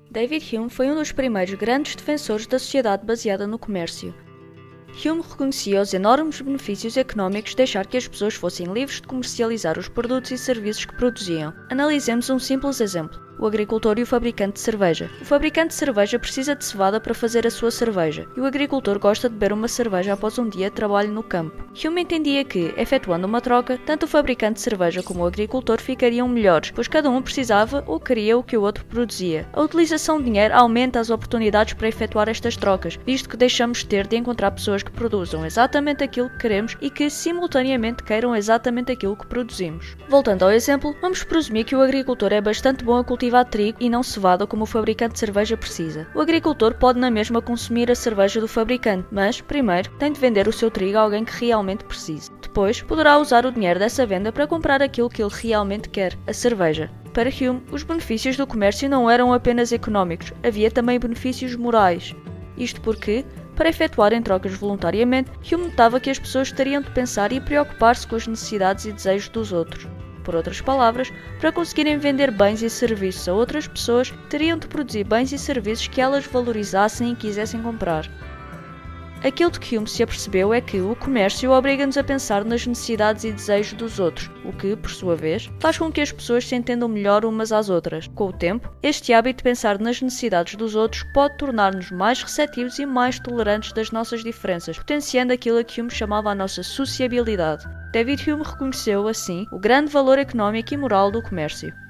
David Hume foi um dos primeiros grandes defensores da sociedade baseada no comércio. Hume reconhecia os enormes benefícios económicos de deixar que as pessoas fossem livres de comercializar os produtos e serviços que produziam. Analisemos um simples exemplo: o agricultor e o fabricante de cerveja. O fabricante de cerveja precisa de cevada para fazer a sua cerveja, e o agricultor gosta de beber uma cerveja após um dia de trabalho no campo. Hume entendia que, efetuando uma troca, tanto o fabricante de cerveja como o agricultor ficariam melhores, pois cada um precisava ou queria o que o outro produzia. A utilização de dinheiro aumenta as oportunidades para efetuar estas trocas, visto que deixamos de ter de encontrar pessoas que produzam exatamente aquilo que queremos e que, simultaneamente, queiram exatamente aquilo que produzimos. Voltando ao exemplo, vamos presumir que o agricultor é bastante bom a cultivar trigo e não cevada como o fabricante de cerveja precisa. O agricultor pode na mesma consumir a cerveja do fabricante, mas, primeiro, tem de vender o seu trigo a alguém que realmente precise. Depois, poderá usar o dinheiro dessa venda para comprar aquilo que ele realmente quer, a cerveja. Para Hume, os benefícios do comércio não eram apenas económicos, havia também benefícios morais. Isto porque, para efetuarem trocas voluntariamente, Hume notava que as pessoas teriam de pensar e preocupar-se com as necessidades e desejos dos outros. Por outras palavras, para conseguirem vender bens e serviços a outras pessoas, teriam de produzir bens e serviços que elas valorizassem e quisessem comprar. Aquilo de que Hume se apercebeu é que o comércio obriga-nos a pensar nas necessidades e desejos dos outros, o que, por sua vez, faz com que as pessoas se entendam melhor umas às outras. Com o tempo, este hábito de pensar nas necessidades dos outros pode tornar-nos mais receptivos e mais tolerantes das nossas diferenças, potenciando aquilo a que Hume chamava a nossa sociabilidade. David Hume reconheceu, assim, o grande valor económico e moral do comércio.